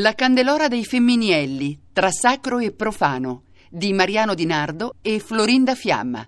La Candelora dei Femminielli, tra sacro e profano, di Mariano Di Nardo e Florinda Fiamma.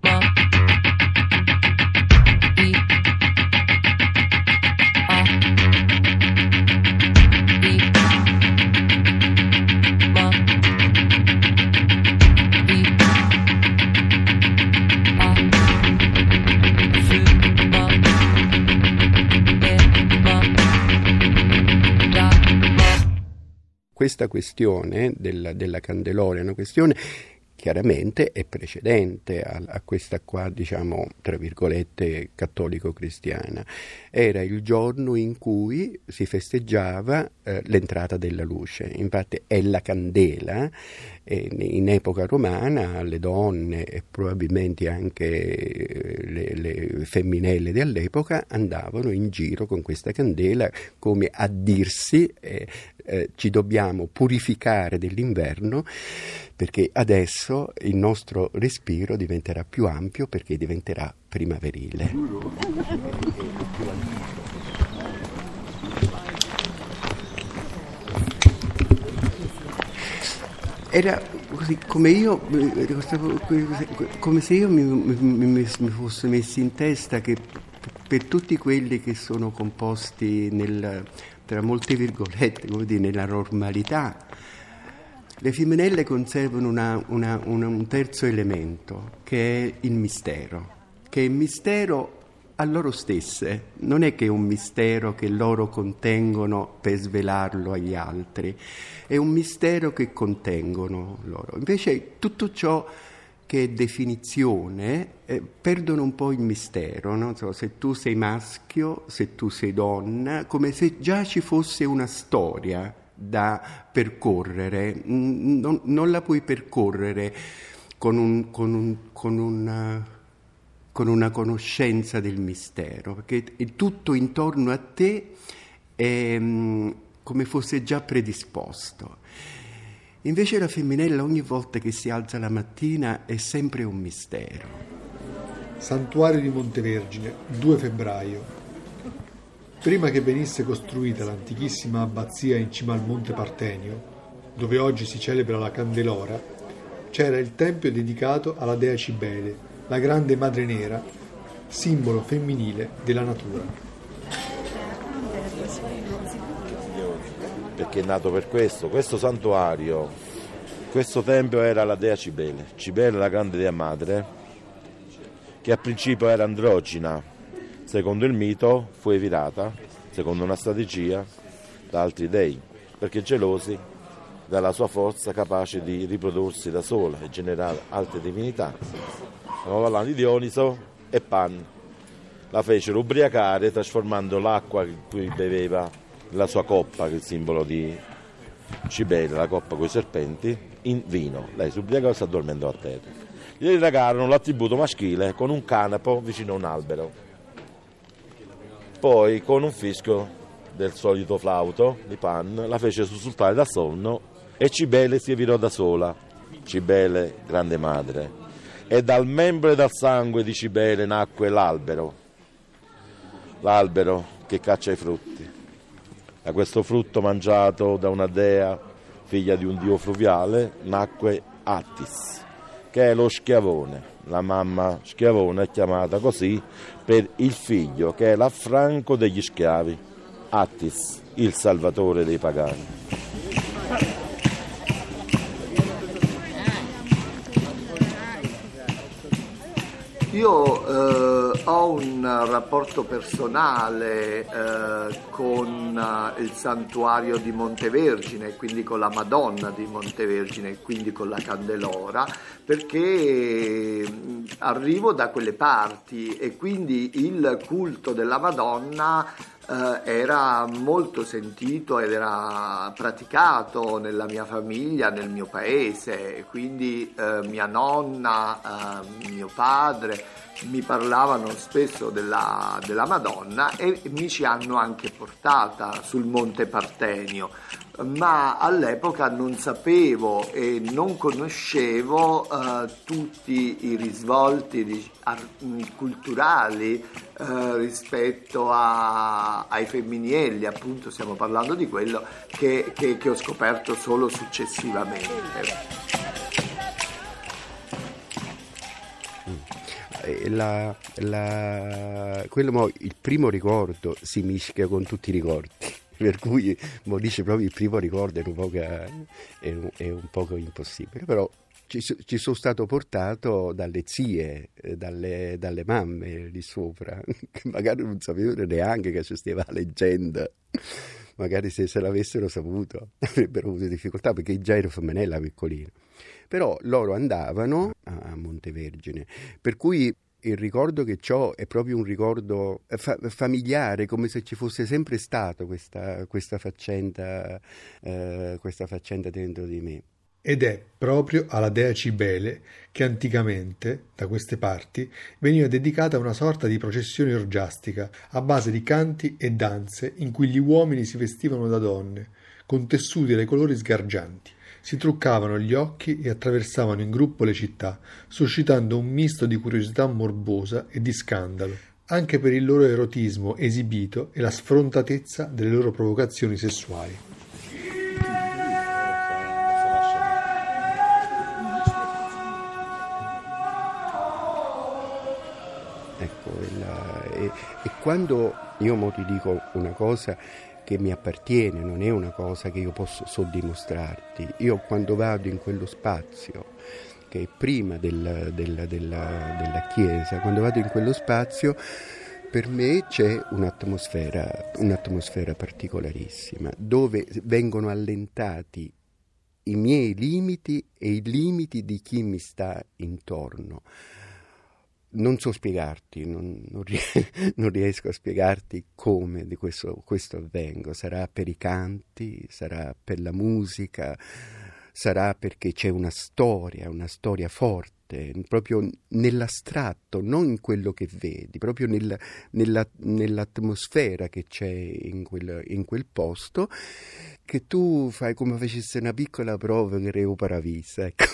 Questa questione della Candelora è una questione chiaramente è precedente a questa qua, diciamo, tra virgolette, cattolico-cristiana. Era il giorno in cui si festeggiava l'entrata della luce. Infatti è la candela, in epoca romana le donne e probabilmente anche le femminelle dell'epoca andavano in giro con questa candela come a dirsi ci dobbiamo purificare dell'inverno perché adesso il nostro respiro diventerà più ampio perché diventerà primaverile. Era così come se io mi fossi messo in testa che per tutti quelli che sono composti tra molte virgolette, come dire, nella normalità, le femminelle conservano un terzo elemento, che è il mistero, che è mistero a loro stesse. Non è che è un mistero che loro contengono per svelarlo agli altri, è un mistero che contengono loro. Invece tutto ciò che è definizione perdono un po' il mistero, no? Non so, se tu sei maschio, se tu sei donna, come se già ci fosse una storia da percorrere, non la puoi percorrere con una conoscenza del mistero, perché è tutto intorno a te è come fosse già predisposto. Invece la femminella ogni volta che si alza la mattina è sempre un mistero. Santuario di Montevergine, 2 febbraio. Prima che venisse costruita l'antichissima abbazia in cima al Monte Partenio, dove oggi si celebra la Candelora, c'era il tempio dedicato alla dea Cibele, la grande madre nera, simbolo femminile della natura. Perché è nato per questo santuario, questo tempio era la dea Cibele. Cibele, la grande dea madre, che a principio era androgina, secondo il mito fu evirata, secondo una strategia, da altri dei, perché gelosi della sua forza capace di riprodursi da sola e generare altre divinità. Stiamo parlando di Dioniso e Pan. La fecero ubriacare trasformando l'acqua in cui beveva la sua coppa, che è il simbolo di Cibele, la coppa con i serpenti, in vino. Lei si ubriacò e si addormentò a terra. Gli relegarono l'attributo maschile con un canapo vicino a un albero. Poi, con un fischio del solito flauto di Pan, la fece sussultare dal sonno e Cibele si virò da sola. Cibele, grande madre. E dal membro e dal sangue di Cibele nacque l'albero che caccia i frutti. Da questo frutto mangiato da una dea, figlia di un dio fluviale, nacque Attis, che è lo schiavone. La mamma schiavone è chiamata così per il figlio, che è l'affranco degli schiavi, Attis, il salvatore dei pagani. Io ho un rapporto personale con il santuario di Montevergine, quindi con la Madonna di Montevergine, quindi con la Candelora, perché arrivo da quelle parti e quindi il culto della Madonna era molto sentito ed era praticato nella mia famiglia, nel mio paese, quindi mia nonna, mio padre mi parlavano spesso della Madonna e mi ci hanno anche portata sul Monte Partenio, ma all'epoca non sapevo e non conoscevo tutti i risvolti culturali rispetto ai Femminielli. Appunto stiamo parlando di quello che ho scoperto solo successivamente. Il primo ricordo si mischia con tutti i ricordi, per cui dice proprio il primo ricordo è un poco impossibile, però ci sono stato portato dalle zie, dalle mamme lì sopra, che magari non sapevano neanche che esisteva la leggenda. Magari se l'avessero saputo avrebbero avuto difficoltà, perché già ero femminella piccolino. Però loro andavano a Montevergine, per cui il ricordo che ho è proprio un ricordo familiare, come se ci fosse sempre stato questa faccenda dentro di me. Ed è proprio alla dea Cibele che anticamente, da queste parti, veniva dedicata una sorta di processione orgiastica a base di canti e danze in cui gli uomini si vestivano da donne, con tessuti dai colori sgargianti. Si truccavano gli occhi e attraversavano in gruppo le città, suscitando un misto di curiosità morbosa e di scandalo, anche per il loro erotismo esibito e la sfrontatezza delle loro provocazioni sessuali. E quando io ti dico una cosa che mi appartiene, non è una cosa che io so dimostrarti. Io quando vado in quello spazio, che è prima della chiesa, quando vado in quello spazio, per me c'è un'atmosfera particolarissima, dove vengono allentati i miei limiti e i limiti di chi mi sta intorno. Non so spiegarti, non riesco a spiegarti come di questo avvenga. Sarà per i canti, sarà per la musica, sarà perché c'è una storia forte, proprio nell'astratto, non in quello che vedi, proprio nell'atmosfera che c'è in quel posto, che tu fai come facessi una piccola prova che Reo Paravisa, ecco.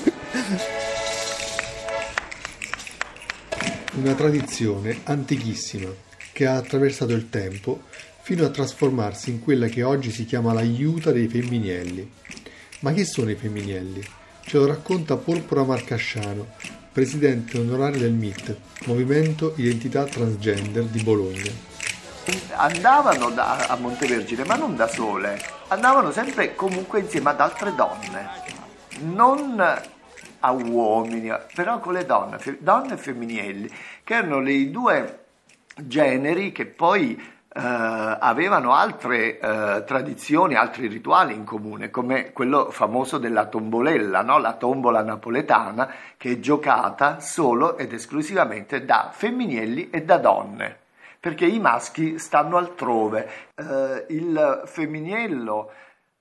Una tradizione antichissima che ha attraversato il tempo fino a trasformarsi in quella che oggi si chiama l'aiuta dei Femminielli. Ma chi sono i Femminielli? Ce lo racconta Porpora Marcasciano, presidente onorario del MIT, Movimento Identità Transgender di Bologna. Andavano a Montevergine, ma non da sole, andavano sempre comunque insieme ad altre donne, non a uomini, però con le donne e Femminielli, che erano i due generi che poi avevano altre tradizioni, altri rituali in comune, come quello famoso della tombolella, no? La tombola napoletana, che è giocata solo ed esclusivamente da Femminielli e da donne, perché i maschi stanno altrove. Il Femminiello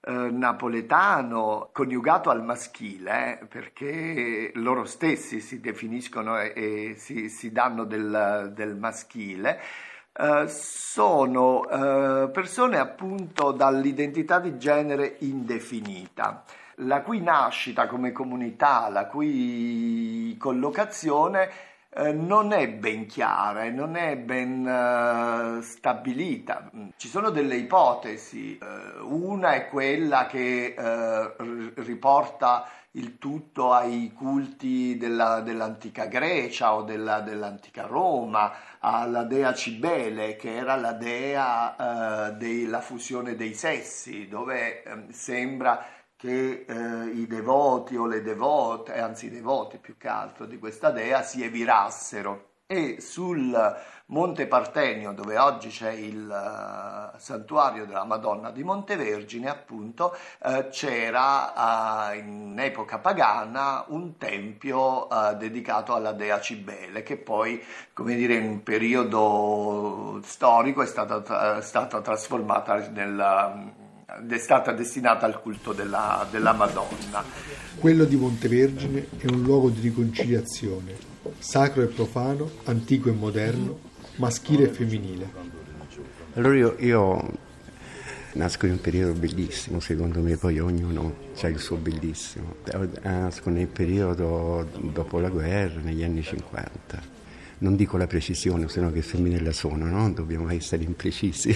napoletano coniugato al maschile, perché loro stessi si definiscono e si danno del maschile, sono persone appunto dall'identità di genere indefinita, la cui nascita come comunità, la cui collocazione non è ben chiara e non è ben stabilita. Ci sono delle ipotesi, una è quella che riporta il tutto ai culti dell'antica Grecia o dell'antica Roma, alla dea Cibele, che era la dea della fusione dei sessi, dove sembra che i devoti o le devote, anzi i devoti più che altro di questa dea, si evirassero. E sul Monte Partenio, dove oggi c'è il santuario della Madonna di Montevergine, appunto, c'era in epoca pagana un tempio dedicato alla dea Cibele, che poi, come dire, in un periodo storico è stata trasformata è stata destinata al culto della Madonna. Quello di Montevergine è un luogo di riconciliazione, Sacro e profano, antico e moderno, maschile e femminile. Allora io nasco in un periodo bellissimo, secondo me, poi ognuno ha il suo bellissimo. Nasco nel periodo dopo la guerra, negli anni 50. Non dico la precisione, sennò che femminella sono, no? Dobbiamo essere imprecisi.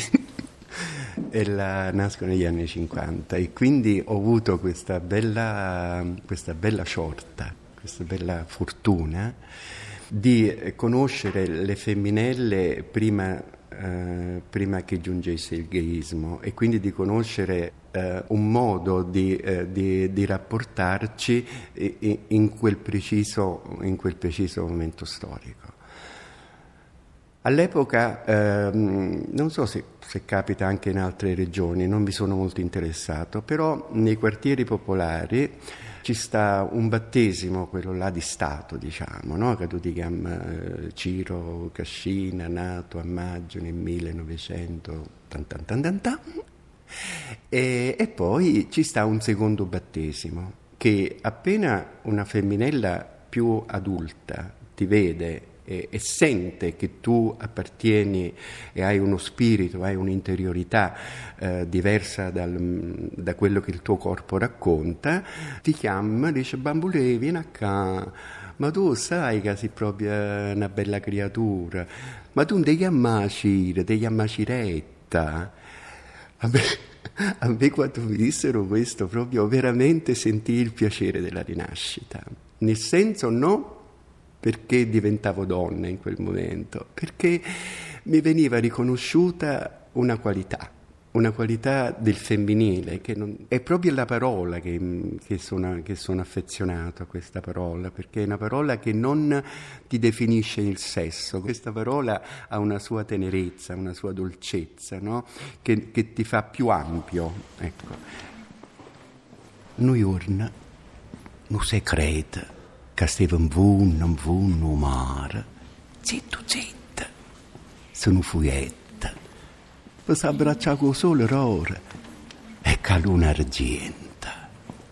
Nasco negli anni 50 e quindi ho avuto questa bella sciorta, questa bella fortuna di conoscere le femminelle prima che giungesse il gayismo, e quindi di conoscere un modo di rapportarci in quel preciso momento storico. All'epoca, non so se capita anche in altre regioni, non mi sono molto interessato, però nei quartieri popolari ci sta un battesimo, quello là di Stato, diciamo, no? Che tutti chiamano Ciro Cascina, nato a maggio nel 1900, e poi ci sta un secondo battesimo, che appena una femminella più adulta ti vede e sente che tu appartieni e hai uno spirito, hai un'interiorità diversa da quello che il tuo corpo racconta, ti chiama, dice: Bambulè, vieni a qua, ma tu sai che sei proprio una bella creatura, ma tu non ti chiami Cire, ti chiami Ciretta. A me quando mi dissero questo, proprio veramente sentii il piacere della rinascita, nel senso no perché diventavo donna in quel momento, perché mi veniva riconosciuta una qualità del femminile, è proprio la parola che sono affezionato a questa parola, perché è una parola che non ti definisce il sesso, questa parola ha una sua tenerezza, una sua dolcezza, no? che ti fa più ampio. Ecco. Noi orna, non si crede che stava un buon mare, zitto, sono fuietta, per s'abbracciare con il sole rora e con la luna argenta.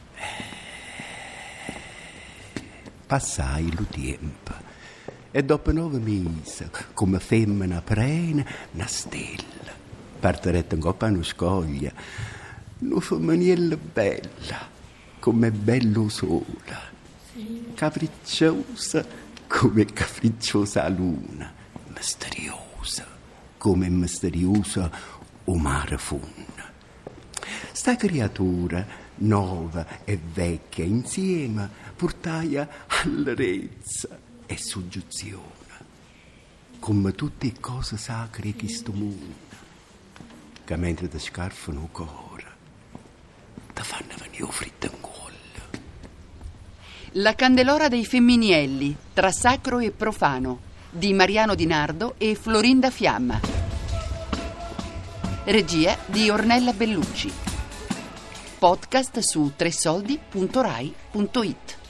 Passai il tempo e dopo 9 mesi, come femmina prena, una stella, partiretta in coppa una scoglia, una femminile bella, come bello sole, capricciosa come capricciosa luna, misteriosa come misteriosa o mare fonda. Sta creatura nuova e vecchia insieme portaia allerezza e soggezione, come tutte le cose sacre che sto mondo, che mentre ti scarfano il cuore ti fanno venire fritto in cuore. La Candelora dei Femminielli, tra sacro e profano, di Mariano Di Nardo e Florinda Fiamma. Regia di Ornella Bellucci. Podcast su tresoldi.rai.it.